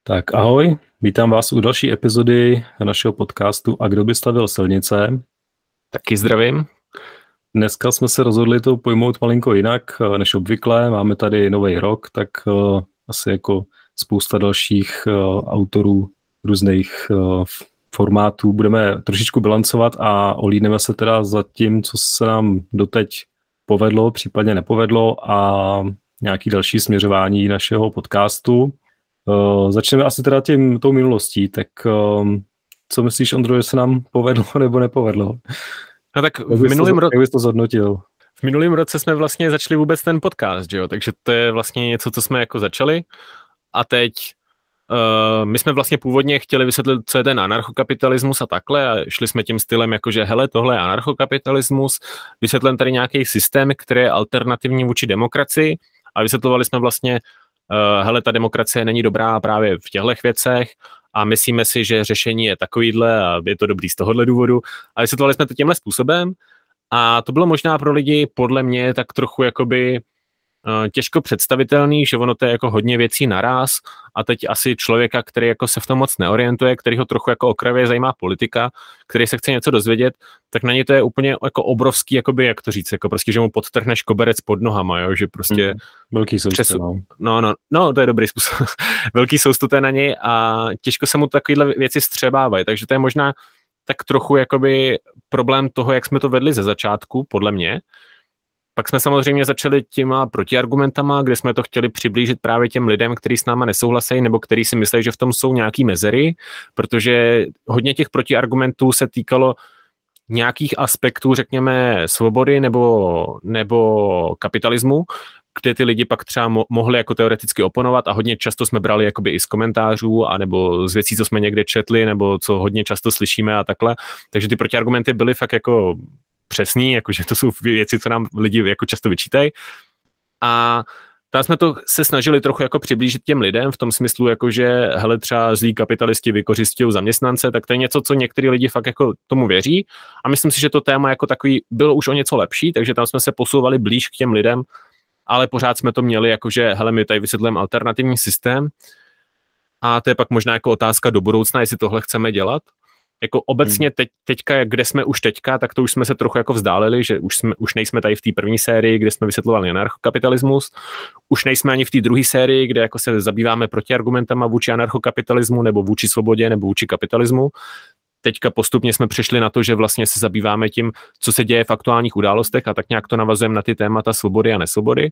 Tak ahoj, vítám vás u další epizody našeho podcastu A kdo by stavil silnice. Taky zdravím. Dneska jsme se rozhodli to pojmout malinko jinak než obvykle. Máme tady nový rok, tak asi jako spousta dalších autorů různých formátů budeme trošičku bilancovat a olídneme se teda za tím, co se nám doteď povedlo, případně nepovedlo a nějaký další směřování našeho podcastu. Začneme asi teda tou minulostí, tak co myslíš, Ondro, že se nám povedlo nebo nepovedlo? No tak jak bys to zhodnotil? V minulém roce jsme vlastně začali vůbec ten podcast, že jo? Takže to je vlastně něco, co jsme jako začali a teď my jsme vlastně původně chtěli vysvětlit, co je ten anarchokapitalismus a takhle a šli jsme tím stylem, jakože hele, tohle je anarchokapitalismus, vysvětlím tady nějaký systém, který je alternativní vůči demokracii a vysvětlovali jsme vlastně hele, ta demokracie není dobrá právě v těchto věcech a myslíme si, že řešení je takovýhle a je to dobrý z tohohle důvodu. A vysvětlovali jsme to tímhle způsobem a to bylo možná pro lidi podle mě tak trochu jakoby těžko představitelný, že ono to je jako hodně věcí naraz a teď asi člověka, který jako se v tom moc neorientuje, který ho trochu jako okrajově zajímá politika, který se chce něco dozvědět, tak na ně to je úplně jako obrovský, jakoby, jak to říct, jako prostě, že mu podtrhneš koberec pod nohama, jo, že prostě velký sousto, no, to je dobrý způsob. Velký sousto je na něj a těžko se mu takovýhle věci střebávají, takže to je možná tak trochu jakoby problém toho, jak jsme to vedli ze začátku, podle mě. Pak jsme samozřejmě začali těma protiargumentama, kde jsme to chtěli přiblížit právě těm lidem, kteří s náma nesouhlasejí nebo kteří si myslí, že v tom jsou nějaký mezery, protože hodně těch protiargumentů se týkalo nějakých aspektů, řekněme, svobody nebo kapitalismu, kde ty lidi pak třeba mohli jako teoreticky oponovat a hodně často jsme brali jakoby i z komentářů a nebo z věcí, co jsme někde četli nebo co hodně často slyšíme a takhle. Takže ty protiargumenty byly fakt jako přesný, jakože to jsou věci, co nám lidi jako často vyčítají. A tam jsme to se snažili trochu jako přiblížit těm lidem v tom smyslu, jakože hele, třeba zlí kapitalisti vykořisťují zaměstnance, tak to je něco, co některý lidi fakt jako tomu věří. A myslím si, že to téma jako takový bylo už o něco lepší, takže tam jsme se posouvali blíž k těm lidem, ale pořád jsme to měli jakože hele, my tady vysvětlujeme alternativní systém. A to je pak možná jako otázka do budoucna, jestli tohle chceme dělat. Jako obecně teďka, kde jsme už teďka, tak to už jsme se trochu jako vzdálili, že už nejsme tady v té první sérii, kde jsme vysvětlovali anarchokapitalismus, už nejsme ani v té druhé sérii, kde jako se zabýváme protiargumentama vůči anarchokapitalismu nebo vůči svobodě nebo vůči kapitalismu. Teďka postupně jsme přešli na to, že vlastně se zabýváme tím, co se děje v aktuálních událostech a tak nějak to navazujeme na ty témata svobody a nesvobody.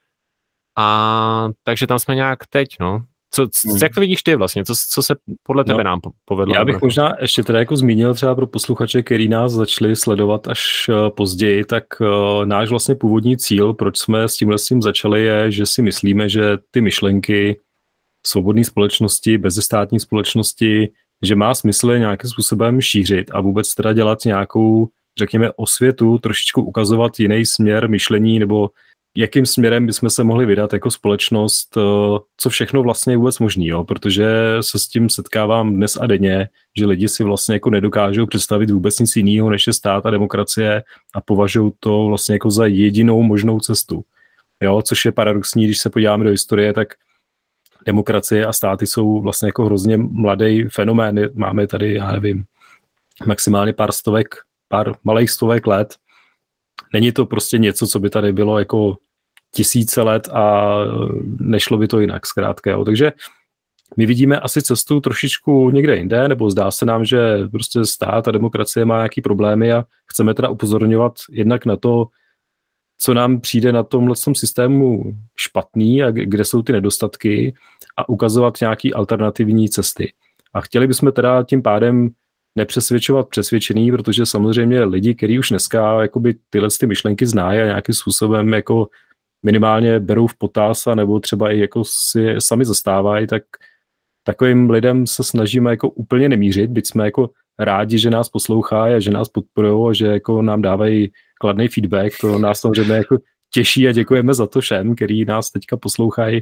A takže tam jsme nějak teď, no. Jak to vidíš ty vlastně? Co se podle tebe nám povedlo? Já bych možná ještě teda jako zmínil třeba pro posluchače, který nás začali sledovat až později, tak náš vlastně původní cíl, proč jsme s tímhle začali, je, že si myslíme, že ty myšlenky svobodné společnosti, bezstátní společnosti, že má smysl nějakým způsobem šířit a vůbec teda dělat nějakou, řekněme, osvětu, trošičku ukazovat jiný směr myšlení nebo jakým směrem bychom se mohli vydat jako společnost, co všechno vlastně je vůbec možný, jo? Protože se s tím setkávám dnes a denně, že lidi si vlastně jako nedokážou představit vůbec nic jiného, než je stát a demokracie a považují to vlastně jako za jedinou možnou cestu. Jo? Což je paradoxní, když se podíváme do historie, tak demokracie a státy jsou vlastně jako hrozně mladý fenomén. Máme tady, já nevím, maximálně pár malých stovek let. Není to prostě něco, co by tady bylo jako tisíce let a nešlo by to jinak zkrátka. Jo. Takže my vidíme asi cestu trošičku někde jinde, nebo zdá se nám, že prostě stát a demokracie má nějaký problémy a chceme teda upozorňovat jednak na to, co nám přijde na tomhle systému špatný a kde jsou ty nedostatky a ukazovat nějaký alternativní cesty. A chtěli bychom teda tím pádem nepřesvědčovat přesvědčený, protože samozřejmě lidi, kteří už dneska jakoby tyhle ty myšlenky znají a nějakým způsobem jako minimálně berou v potaz a nebo třeba i jako si sami zastávají, tak takovým lidem se snažíme jako úplně nemířit, byť jsme jako rádi, že nás poslouchají a že nás podporují a že jako nám dávají kladný feedback, to nás samozřejmě jako těší a děkujeme za to všem, který nás teďka poslouchají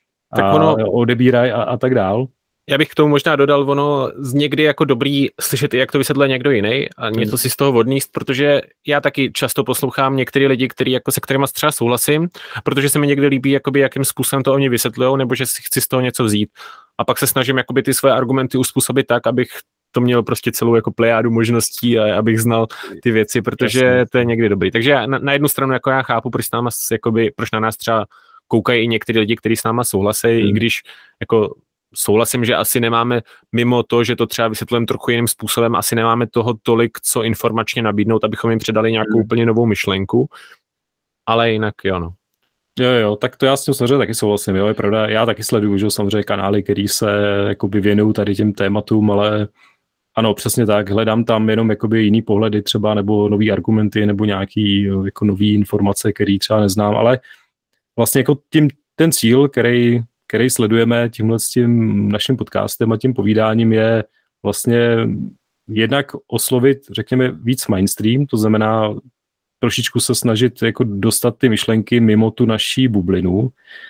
a odebírají a tak dál. Já bych k tomu možná dodal, ono někdy jako dobrý slyšet, jak to vysvětluje někdo jiný a něco si z toho odníst, protože já taky často poslouchám některý lidi, se kterými třeba souhlasím, protože se mi někdy líbí, jakoby, jakým způsobem to oni vysvětlujou, nebo že si chci z toho něco vzít. a pak se snažím jakoby ty své argumenty uspůsobit tak, abych to měl prostě celou jako plejádu možností a abych znal ty věci, protože Jasně. to je někdy dobrý. Takže na jednu stranu jako já chápu, proč na nás třeba koukají i někteří lidi, kteří s náma souhlasí, i když jako souhlasím, že asi nemáme, mimo to, že to třeba vysvětlujeme trochu jiným způsobem, asi nemáme toho tolik, co informačně nabídnout, abychom jim předali nějakou úplně novou myšlenku, ale jinak jo, no. Jo, tak to já s tím samozřejmě taky souhlasím, jo, je pravda, já taky sleduju, že samozřejmě kanály, který se jakoby věnují tady těm tématům, ale ano, přesně tak, hledám tam jenom jakoby jiný pohledy třeba, nebo nový argumenty, nebo nějaký jako nový informace, který třeba neznám, ale vlastně jako ten cíl, který sledujeme tímhle s tím naším podcastem a tím povídáním je vlastně jednak oslovit, řekněme, víc mainstream, to znamená trošičku se snažit jako dostat ty myšlenky mimo tu naší bublinu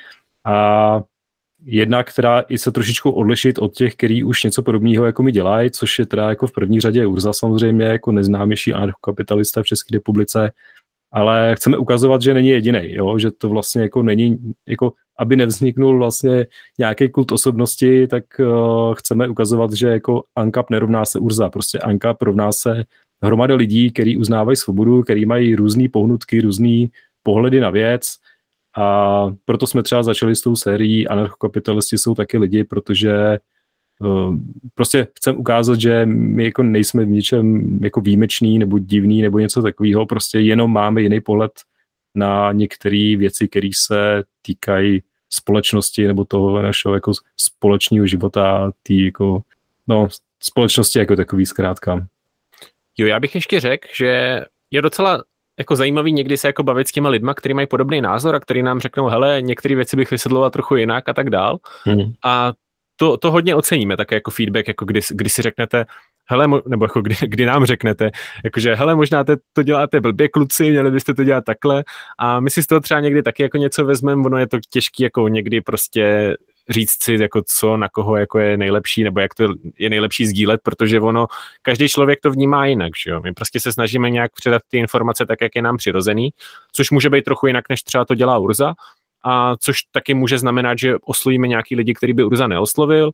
a jednak teda i se trošičku odlišit od těch, který už něco podobného jako mi dělají, což je teda jako v první řadě Urza samozřejmě, jako neznámější anarchokapitalista v České republice, ale chceme ukazovat, že není jedinej, jo? Že to vlastně jako není, jako aby nevzniknul vlastně nějaký kult osobnosti, tak chceme ukazovat, že jako ANCAP nerovná se Urza, prostě ANCAP rovná se hromada lidí, kteří uznávají svobodu, kteří mají různý pohnutky, různý pohledy na věc a proto jsme třeba začali s tou sérií Anarchokapitalisti jsou taky lidi, protože prostě chcem ukázat, že my jako nejsme v ničem jako výjimečný nebo divný nebo něco takového, prostě jenom máme jiný pohled na některé věci, které se týkají společnosti nebo toho našeho jako společného života, tý jako, no, společnosti jako takový zkrátka. Jo, já bych ještě řekl, že je docela jako zajímavý někdy se jako bavit s těma lidma, kteří mají podobný názor a kteří nám řeknou, hele, některé věci bych vysvětloval trochu jinak a tak dál. A to hodně oceníme, také jako feedback, jako kdy si řeknete, hele, nebo jako kdy nám řeknete, jakože hele, možná to děláte blbě, kluci, měli byste to dělat takhle a my si z toho třeba někdy taky jako něco vezmeme, ono je to těžký jako někdy prostě říct si, jako co na koho jako je nejlepší, nebo jak to je nejlepší sdílet, protože ono, každý člověk to vnímá jinak, že jo? My prostě se snažíme nějak předat ty informace tak, jak je nám přirozený, což může být trochu jinak, než třeba to dělá Urza, a což taky může znamenat, že oslovíme nějaký lidi, který by Urza neoslovil,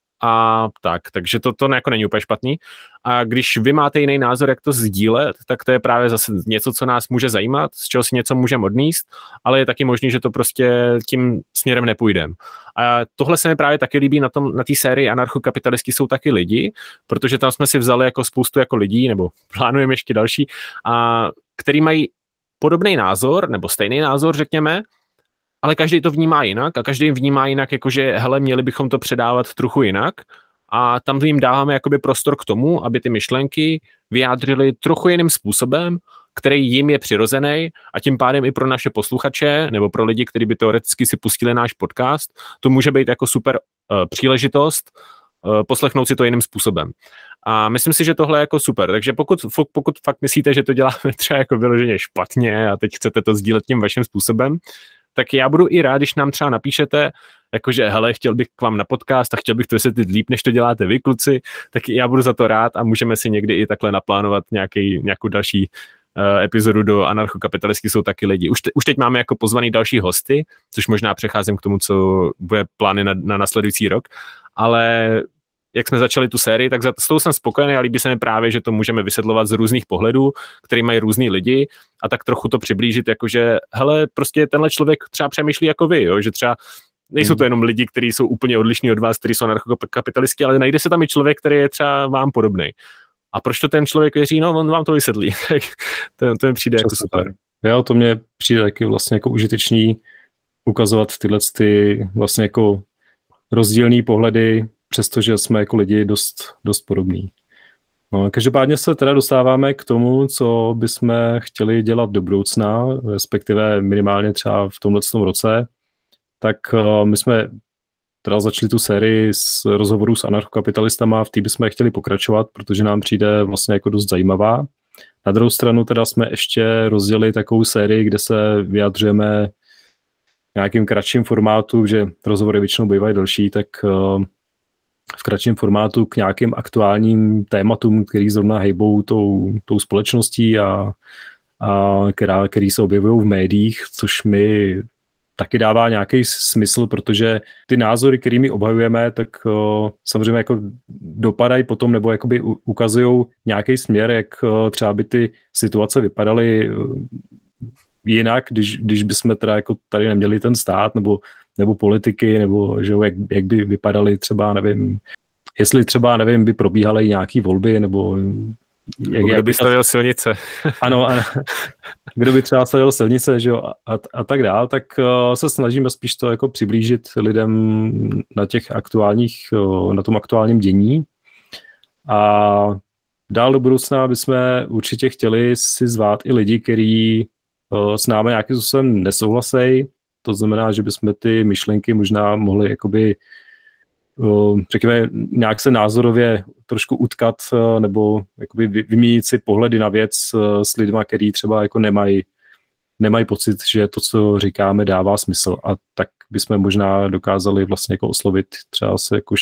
a tak, takže to jako není úplně špatný. A když vy máte jiný názor, jak to sdílet, tak to je právě zase něco, co nás může zajímat, z čeho si něco můžeme odníst, ale je taky možný, že to prostě tím směrem nepůjdeme. A tohle se mi právě taky líbí na té sérii Anarchokapitalisti jsou taky lidi, protože tam jsme si vzali jako spoustu jako lidí, nebo plánujeme ještě další, a který mají podobný názor, nebo stejný názor, řekněme, ale každý to vnímá jinak a každý vnímá jinak, jakože hele, měli bychom to předávat trochu jinak a tam jim dáváme jakoby prostor k tomu, aby ty myšlenky vyjádřili trochu jiným způsobem, který jim je přirozený a tím pádem i pro naše posluchače nebo pro lidi, kteří by teoreticky si pustili náš podcast, to může být jako super příležitost poslechnout si to jiným způsobem. A myslím si, že tohle je jako super, takže pokud fakt myslíte, že to děláme třeba jako vyloženě špatně a teď chcete to sdílet tím vaším způsobem, tak já budu i rád, když nám třeba napíšete, jakože hele, chtěl bych k vám na podcast a chtěl bych to vysvětlit líp, než to děláte vy, kluci, tak já budu za to rád a můžeme si někdy i takhle naplánovat nějakou další epizodu do Anarchokapitalisti jsou taky lidi. Už teď máme jako pozvaný další hosty, což možná přecházím k tomu, co bude plány na nasledující rok, ale jak jsme začali tu sérii, tak s tou jsem spokojený a líbí se mi právě, že to můžeme vysvětlovat z různých pohledů, který mají různý lidi a tak trochu to přiblížit, jakože hele, prostě tenhle člověk třeba přemýšlí jako vy, jo? Že třeba nejsou to jenom lidi, kteří jsou úplně odlišní od vás, kteří jsou anarchokapitalisti, ale najde se tam i člověk, který je třeba vám podobný. A proč to ten člověk věří? No, on vám to vysvětlí. to mi přijde jako super. Jo, to mně přijde taky vlastně jako užitečný ukazovat tyhle vlastně jako rozdílný pohledy, přestože jsme jako lidi dost podobní. No, každopádně se teda dostáváme k tomu, co bychom chtěli dělat do budoucna, respektive minimálně třeba v tomhletom roce. Tak my jsme teda začali tu sérii z rozhovorů s anarchokapitalistama, v té bychom chtěli pokračovat, protože nám přijde vlastně jako dost zajímavá. Na druhou stranu teda jsme ještě rozdělili takovou sérii, kde se vyjadřujeme v nějakým kratším formátu, že rozhovory většinou bývají delší, tak v kratším formátu k nějakým aktuálním tématům, který zrovna hejbou tou společností a který se objevují v médiích, což my taky dává nějaký smysl, protože ty názory, kterými obhajujeme, tak samozřejmě jako dopadají potom nebo jakoby ukazují nějaký směr, jak třeba by ty situace vypadaly jinak, když bychom teda jako tady neměli ten stát nebo politiky, nebo že jak by vypadaly třeba, nevím, jestli třeba, nevím, by probíhaly nějaký volby, nebo kdo by stavěl silnice. Ano, kdo by třeba stavěl silnice, že jo, a tak dál, tak se snažíme spíš to jako přiblížit lidem na tom aktuálním dění. A dál do budoucna bychom určitě chtěli si zvát i lidi, kteří s námi nějakým způsobem nesouhlasejí. To znamená, že bychom ty myšlenky možná mohli jakoby řekněme, nějak se názorově trošku utkat nebo jakoby vyměnit si pohledy na věc s lidma, který třeba jako nemají pocit, že to, co říkáme, dává smysl, a tak bychom možná dokázali vlastně jako oslovit třeba se jako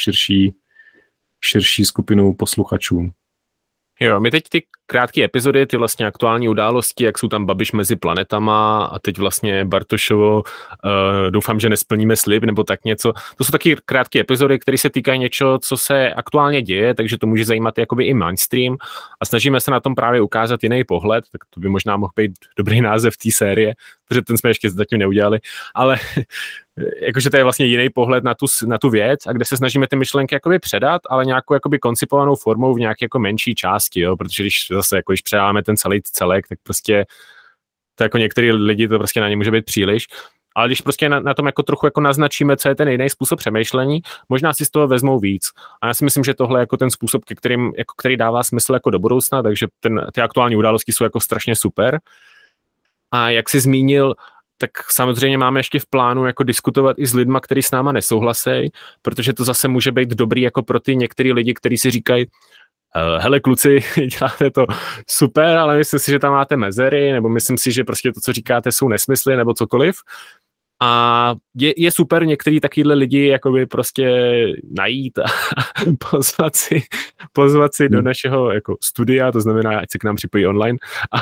širší skupinu posluchačů. Jo, my teď ty krátké epizody, ty vlastně aktuální události, jak jsou tam Babiš mezi planetama a teď vlastně Bartošovo, doufám, že nesplníme slib nebo tak něco. To jsou taky krátké epizody, které se týkají něčeho, co se aktuálně děje, takže to může zajímat jakoby i mainstream a snažíme se na tom právě ukázat jiný pohled, tak to by možná mohl být dobrý název té série, protože ten jsme ještě zatím neudělali, ale jakože to je vlastně jiný pohled na tu věc a kde se snažíme ty myšlenky jakoby předat, ale nějakou jakoby koncipovanou formou v nějaké jako menší části, jo, protože když předáváme ten celý celek, tak prostě to jako některý lidi to prostě na ně může být příliš, ale když prostě na tom jako trochu jako naznačíme, co je ten jiný způsob přemýšlení, možná si z toho vezmou víc. A já si myslím, že tohle je jako ten způsob, který dává smysl jako do budoucna, takže ty aktuální události jsou jako strašně super. A jak jsi zmínil, tak samozřejmě máme ještě v plánu jako diskutovat i s lidma, kteří s náma nesouhlasejí, protože to zase může být dobrý jako pro ty některý lidi, kteří si říkají, hele kluci, děláte to super, ale myslím si, že tam máte mezery, nebo myslím si, že prostě to, co říkáte, jsou nesmysly, nebo cokoliv. A je super některý takovýhle lidi jakoby prostě najít a pozvat si do našeho jako studia, to znamená, ať se k nám připojí online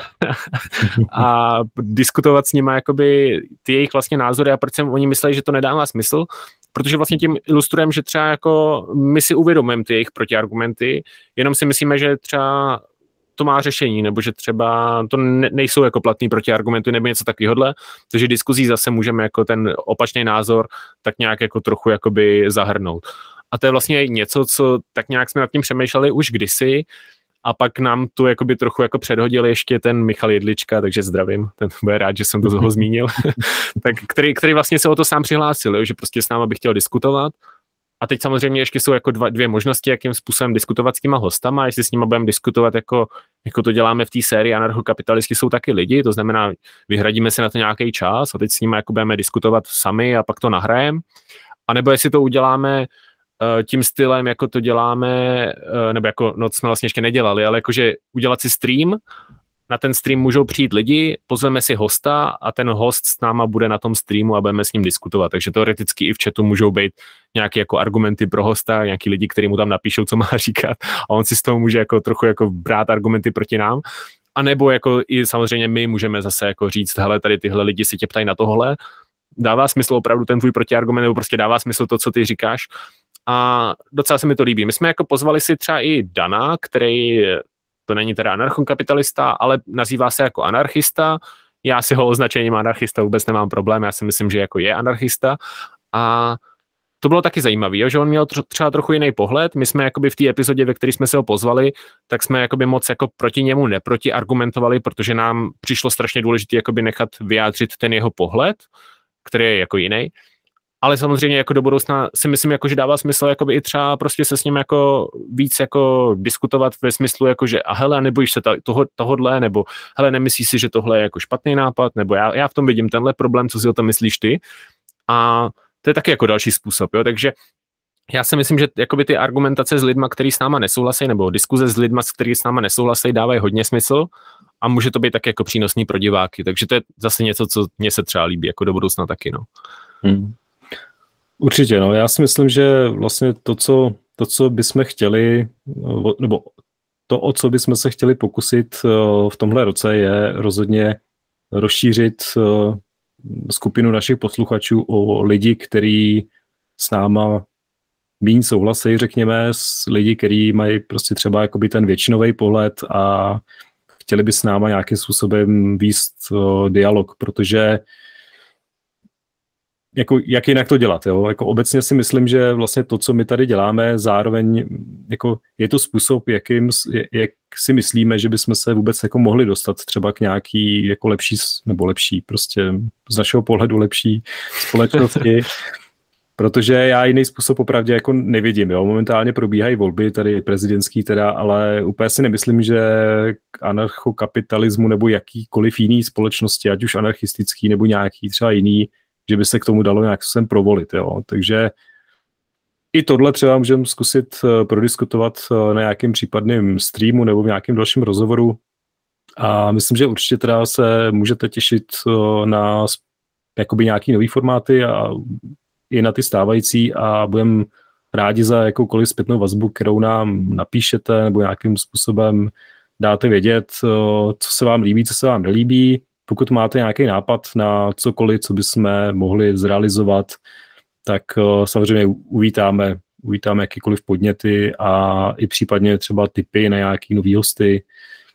a diskutovat s nimi jakoby ty jejich vlastně názory a proč oni myslí, že to nedává smysl, protože vlastně tím ilustrujeme, že třeba jako my si uvědomujeme ty jejich protiargumenty, jenom si myslíme, že třeba to má řešení, nebo že třeba to nejsou jako platný protiargumenty nebo něco takového, takže diskuzí zase můžeme jako ten opačný názor tak nějak jako trochu jakoby zahrnout. A to je vlastně něco, co tak nějak jsme nad tím přemýšleli už kdysi a pak nám tu jakoby trochu jako předhodil ještě ten Michal Jedlička, takže zdravím, ten bude rád, že jsem to toho zmínil, tak který vlastně se o to sám přihlásil, jo, že prostě s náma by chtěl diskutovat. A teď samozřejmě ještě jsou jako dvě možnosti, jakým způsobem diskutovat s těma hostama, jestli s nimi budeme diskutovat jako to děláme v té sérii Anarchokapitalisti jsou taky lidi, to znamená, vyhradíme si na to nějaký čas a teď s nimi jako budeme diskutovat sami a pak to nahrajeme. A nebo jestli to uděláme tím stylem, jako to děláme, nebo jako, no jsme vlastně ještě nedělali, ale jakože udělat si stream, na ten stream můžou přijít lidi, pozveme si hosta a ten host s náma bude na tom streamu a budeme s ním diskutovat. Takže teoreticky i v chatu můžou být nějaké jako argumenty pro hosta, nějaký lidi, kteří mu tam napíšou, co má říkat a on si z toho může jako trochu jako brát argumenty proti nám. A nebo jako i samozřejmě my můžeme zase jako říct, hele, tady tyhle lidi si tě ptají na tohle, dává smysl opravdu ten tvůj protiargument, nebo prostě dává smysl to, co ty říkáš. A docela se mi to líbí. My jsme jako pozvali si třeba i Dana, který to není teda anarchokapitalista, ale nazývá se jako anarchista. Já si ho označením anarchista vůbec nemám problém, já si myslím, že jako je anarchista. A to bylo taky zajímavé, že on měl třeba trochu jiný pohled. My jsme jakoby v té epizodě, ve které jsme se ho pozvali, tak jsme jakoby moc jako proti němu neprotiargumentovali, protože nám přišlo strašně důležité jakoby nechat vyjádřit ten jeho pohled, který je jako jiný. Ale samozřejmě jako do budoucna si myslím, jako, že dává smysl jakoby i třeba prostě se s ním jako víc jako diskutovat ve smyslu, jako, že a hele, nebojíš se tohodle, nebo hele, nemyslíš si, že tohle je jako špatný nápad, nebo já v tom vidím tenhle problém, co si o tom myslíš ty. A to je taky jako další způsob, jo, takže já si myslím, že jakoby ty argumentace s lidma, kteří s náma nesouhlasí, nebo diskuze s lidma, kteří s náma nesouhlasí, dávají hodně smysl a může to být taky jako přínosný pro diváky, takže to je zase něco, co mně se třeba líbí, jako do budoucna taky, no. Určitě, no. Já si myslím, že vlastně to, co bychom chtěli, nebo to, o co bychom se chtěli pokusit v tomhle roce, je rozhodně rozšířit skupinu našich posluchačů o lidi, kteří s náma míň souhlasí, řekněme, s lidi, kteří mají prostě třeba jakoby ten většinový pohled a chtěli by s náma nějakým způsobem vést dialog, protože jako, jak jinak to dělat, jo? Jako obecně si myslím, že vlastně to, co my tady děláme, zároveň jako je to způsob, jak si myslíme, že bychom se vůbec jako mohli dostat třeba k nějaký jako lepší, prostě z našeho pohledu lepší společnosti, protože já jiný způsob opravdu jako nevidím, jo? Momentálně probíhají volby, tady prezidentský teda, ale úplně si nemyslím, že k anarchokapitalismu nebo jakýkoliv jiný společnosti, ať už anarchistický nebo nějaký třeba jiný, že by se k tomu dalo nějak sem provolit. Jo. Takže i tohle třeba můžeme zkusit prodiskutovat na nějakém případném streamu nebo v nějakém dalším rozhovoru. A myslím, že určitě teda se můžete těšit na jakoby nějaký nový formáty a i na ty stávající a budeme rádi za jakoukoliv zpětnou vazbu, kterou nám napíšete nebo nějakým způsobem dáte vědět, co se vám líbí, co se vám nelíbí. Pokud máte nějaký nápad na cokoliv, co bychom mohli zrealizovat, tak samozřejmě uvítáme jakýkoliv podněty a i případně třeba tipy na nějaký nový hosty,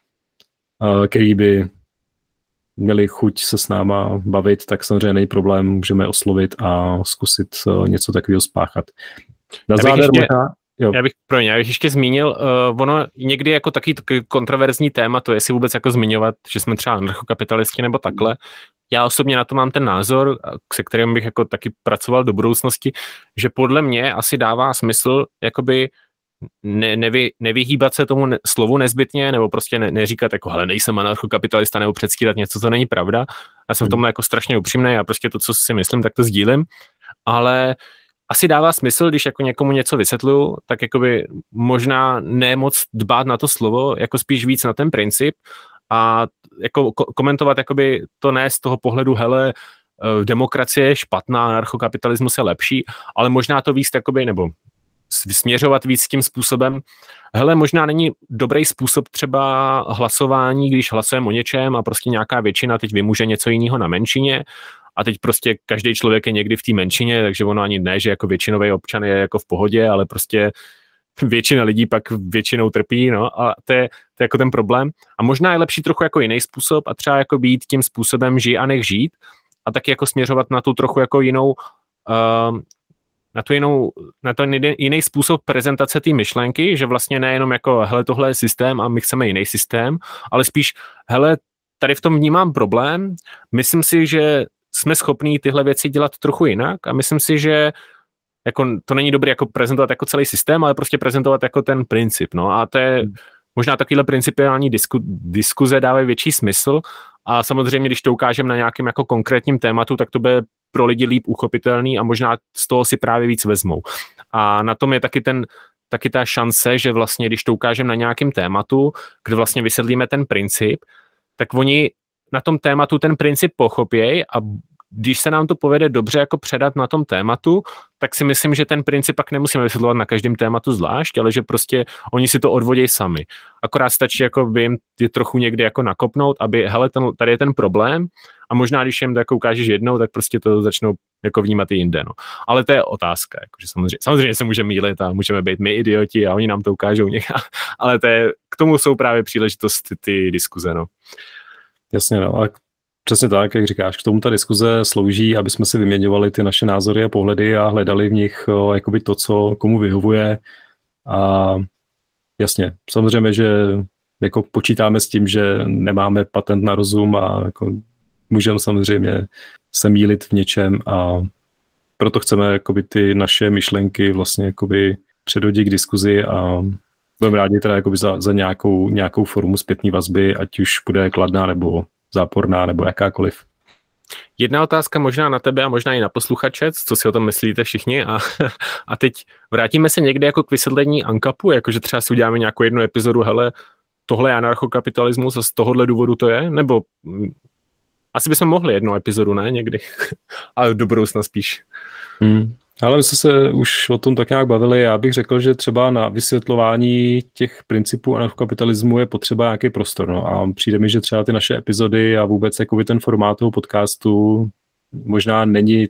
který by měli chuť se s náma bavit, tak samozřejmě není problém, můžeme oslovit a zkusit něco takového spáchat. Na závěr možná... Já bych ještě zmínil, ono někdy jako taky kontroverzní téma, to jestli vůbec jako zmiňovat, že jsme třeba anarchokapitalisti nebo takhle. Já osobně na to mám ten názor, se kterým bych jako taky pracoval do budoucnosti, že podle mě asi dává smysl jakoby nevyhýbat se tomu slovu nezbytně, nebo prostě neříkat jako, hele, nejsem anarchokapitalista, nebo předstírat něco, co není pravda. Já jsem v tom jako strašně upřímný a prostě to, co si myslím, tak to sdílím, ale asi dává smysl, když jako někomu něco vysvětluju, tak jakoby možná nemoc dbát na to slovo, jako spíš víc na ten princip a jako komentovat jakoby to ne z toho pohledu, hele, demokracie je špatná, anarchokapitalismus je lepší, ale možná to víc jakoby, nebo směřovat víc tím způsobem, hele, možná není dobrý způsob třeba hlasování, když hlasujeme o něčem a prostě nějaká většina teď vymůže něco jiného na menšině, a teď prostě každý člověk je někdy v té menšině, takže ono ani ne, že jako většinový občan je jako v pohodě, ale prostě většina lidí pak většinou trpí, no, a to je jako ten problém. A možná je lepší trochu jako jiný způsob a třeba jako být tím způsobem žij a nech žít a taky jako směřovat na tu trochu jako jinou, na to jiný způsob prezentace té myšlenky, že vlastně nejenom jako, hele, tohle je systém a my chceme jiný systém, ale spíš, hele, tady v tom vnímám problém, myslím si, že jsme schopní tyhle věci dělat trochu jinak a myslím si, že jako, to není dobré jako prezentovat jako celý systém, ale prostě prezentovat jako ten princip. No a to je možná takovýhle principiální diskuze dávají větší smysl a samozřejmě, když to ukážeme na nějakém jako konkrétním tématu, tak to bude pro lidi líp uchopitelný a možná z toho si právě víc vezmou. A na tom je taky ta šance, že vlastně, když to ukážeme na nějakém tématu, kde vlastně vysvětlíme ten princip, tak oni na tom tématu ten princip pochopějí a když se nám to povede dobře jako předat na tom tématu, tak si myslím, že ten princip pak nemusíme vysvětlovat na každém tématu zvlášť, ale že prostě oni si to odvodějí sami. Akorát stačí jako jim je trochu někdy jako nakopnout, aby hele, tady je ten problém a možná když jim to jako ukážeš jednou, tak prostě to začnou jako vnímat i jinde. No. Ale to je otázka, jako, že samozřejmě se můžeme mýlit a můžeme být my idioti a oni nám to ukážou někde, ale k tomu jsou právě příležitosti ty diskuze. No. Jasně, no, a přesně tak, jak říkáš, k tomu ta diskuze slouží, aby jsme si vyměňovali ty naše názory a pohledy a hledali v nich jakoby to, co komu vyhovuje. A jasně, samozřejmě, že jako počítáme s tím, že nemáme patent na rozum a jako můžeme samozřejmě se mýlit v něčem a proto chceme jakoby ty naše myšlenky vlastně jakoby předhodit k diskuzi a budeme rádi teda jakoby za nějakou formu zpětné vazby, ať už bude kladná nebo záporná nebo jakákoliv. Jedna otázka možná na tebe a možná i na posluchače, co si o tom myslíte všichni a teď vrátíme se někde jako k vysvětlení ANCAPu, jakože třeba si uděláme nějakou jednu epizodu, hele, tohle je anarchokapitalismus a z tohohle důvodu to je, nebo asi bychom mohli jednu epizodu, ne, někdy, ale do budoucna spíš. Ale my jsme se už o tom tak nějak bavili, já bych řekl, že třeba na vysvětlování těch principů anarchokapitalismu je potřeba nějaký prostor, no a přijde mi, že třeba ty naše epizody a vůbec jakoby ten formát toho podcastu možná není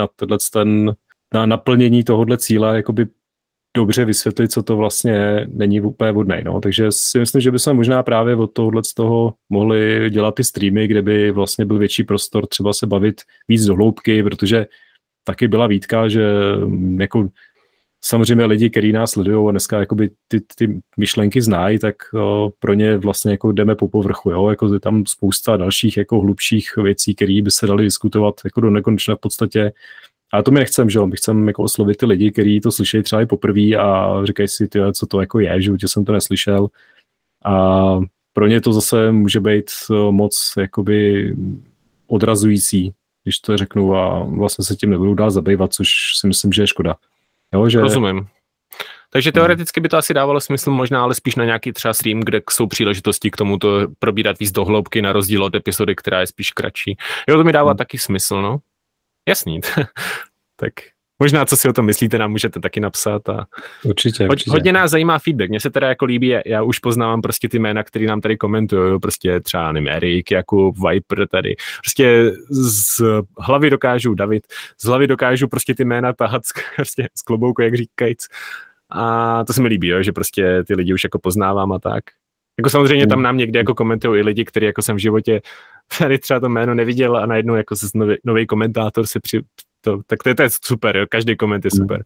na naplnění tohohle cíle jakoby dobře vysvětlit, co to vlastně je, není úplně vhodné. No. Takže si myslím, že bychom možná právě od tohohle z toho mohli dělat ty streamy, kde by vlastně byl větší prostor třeba se bavit víc do hloubky, protože taky byla výtka, že jako samozřejmě lidi, kteří nás sledují a dneska jakoby ty myšlenky znají, tak pro ně vlastně jako jdeme po povrchu. Jo? Jako je tam spousta dalších jako hlubších věcí, které by se daly diskutovat jako do nekonečna v podstatě. A to my nechcem, že jo? My chceme jako oslovit ty lidi, kteří to slyšejí třeba i poprvé a říkají si, co to jako je, že jsem to neslyšel. A pro ně to zase může být moc jakoby odrazující, když to řeknu, a vlastně se tím nebudou dál zabývat, což si myslím, že je škoda. Jo, že... Rozumím. Takže teoreticky by to asi dávalo smysl možná, ale spíš na nějaký třeba stream, kde jsou příležitosti k tomu to probírat víc do hloubky na rozdíl od epizody, která je spíš kratší. Jo, to mi dává taky smysl, no. Jasný. Tak možná, co si o tom myslíte, nám můžete taky napsat. A... Určitě. Hodně nás zajímá feedback. Mně se teda jako líbí, já už poznávám prostě ty jména, který nám tady komentují, prostě třeba nevím, Erik, Jakub, Viper tady. Prostě z hlavy dokážu, David, z hlavy dokážu prostě ty jména tahat prostě z klobouku, jak říkajíc. A to se mi líbí, jo, že prostě ty lidi už jako poznávám a tak. Jako samozřejmě tam nám někde jako komentují i lidi, kteří jako jsem v životě tady třeba to jméno neviděl a najednou jako nový komentátor se tak to je super, jo? Každý koment je super.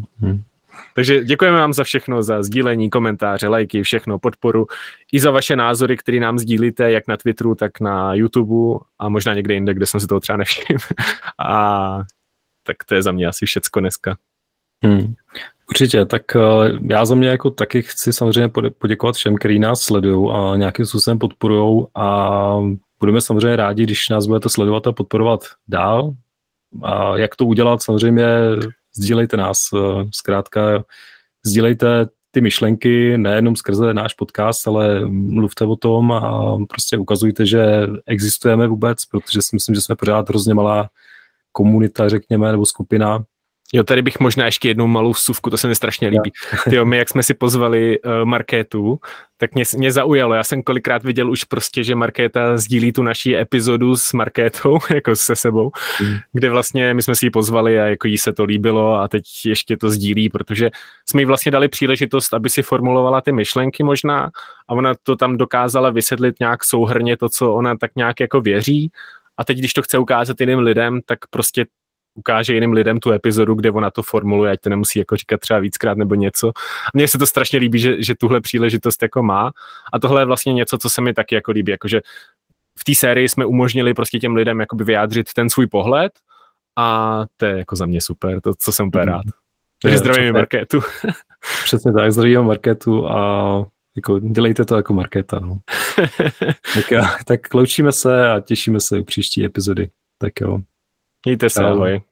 Takže děkujeme vám za všechno, za sdílení, komentáře, lajky, všechno, podporu i za vaše názory, které nám sdílíte, jak na Twitteru, tak na YouTube a možná někde jinde, kde jsem si toho třeba nevšiml. A tak to je za mě asi všecko dneska. Určitě, tak já za mě jako taky chci samozřejmě poděkovat všem, kteří nás sledují a nějakým způsobem podporujou a budeme samozřejmě rádi, když nás budete sledovat a podporovat dál. A jak to udělat, samozřejmě sdílejte nás, zkrátka sdílejte ty myšlenky nejenom skrze náš podcast, ale mluvte o tom a prostě ukazujte, že existujeme vůbec, protože si myslím, že jsme pořád hrozně malá komunita, řekněme, nebo skupina. Jo, tady bych možná ještě jednou malou vsuvku, to se mi strašně líbí. Tyjo, my, jak jsme si pozvali Markétu, tak mě zaujalo. Já jsem kolikrát viděl už prostě, že Markéta sdílí tu naší epizodu s Markétou, jako se sebou, kde vlastně my jsme si ji pozvali a jako jí se to líbilo a teď ještě to sdílí, protože jsme jí vlastně dali příležitost, aby si formulovala ty myšlenky možná a ona to tam dokázala vysvětlit nějak souhrnně to, co ona tak nějak jako věří a teď, když to chce ukázat jiným lidem, tak prostě ukáže jiným lidem tu epizodu, kde ona to formuluje, ať to nemusí jako říkat třeba víckrát nebo něco. A mně se to strašně líbí, že tuhle příležitost jako má a tohle je vlastně něco, co se mi taky jako líbí, jakože v té sérii jsme umožnili prostě těm lidem jakoby vyjádřit ten svůj pohled a to je jako za mě super, to, co jsem úplně rád. Takže zdravím Markétu. Přesně tak, zdravím Markétu a jako dělejte to jako Markéta. No. Tak loučíme se a těšíme se u příští epizody. Tak jo. Mějte se, ahoj.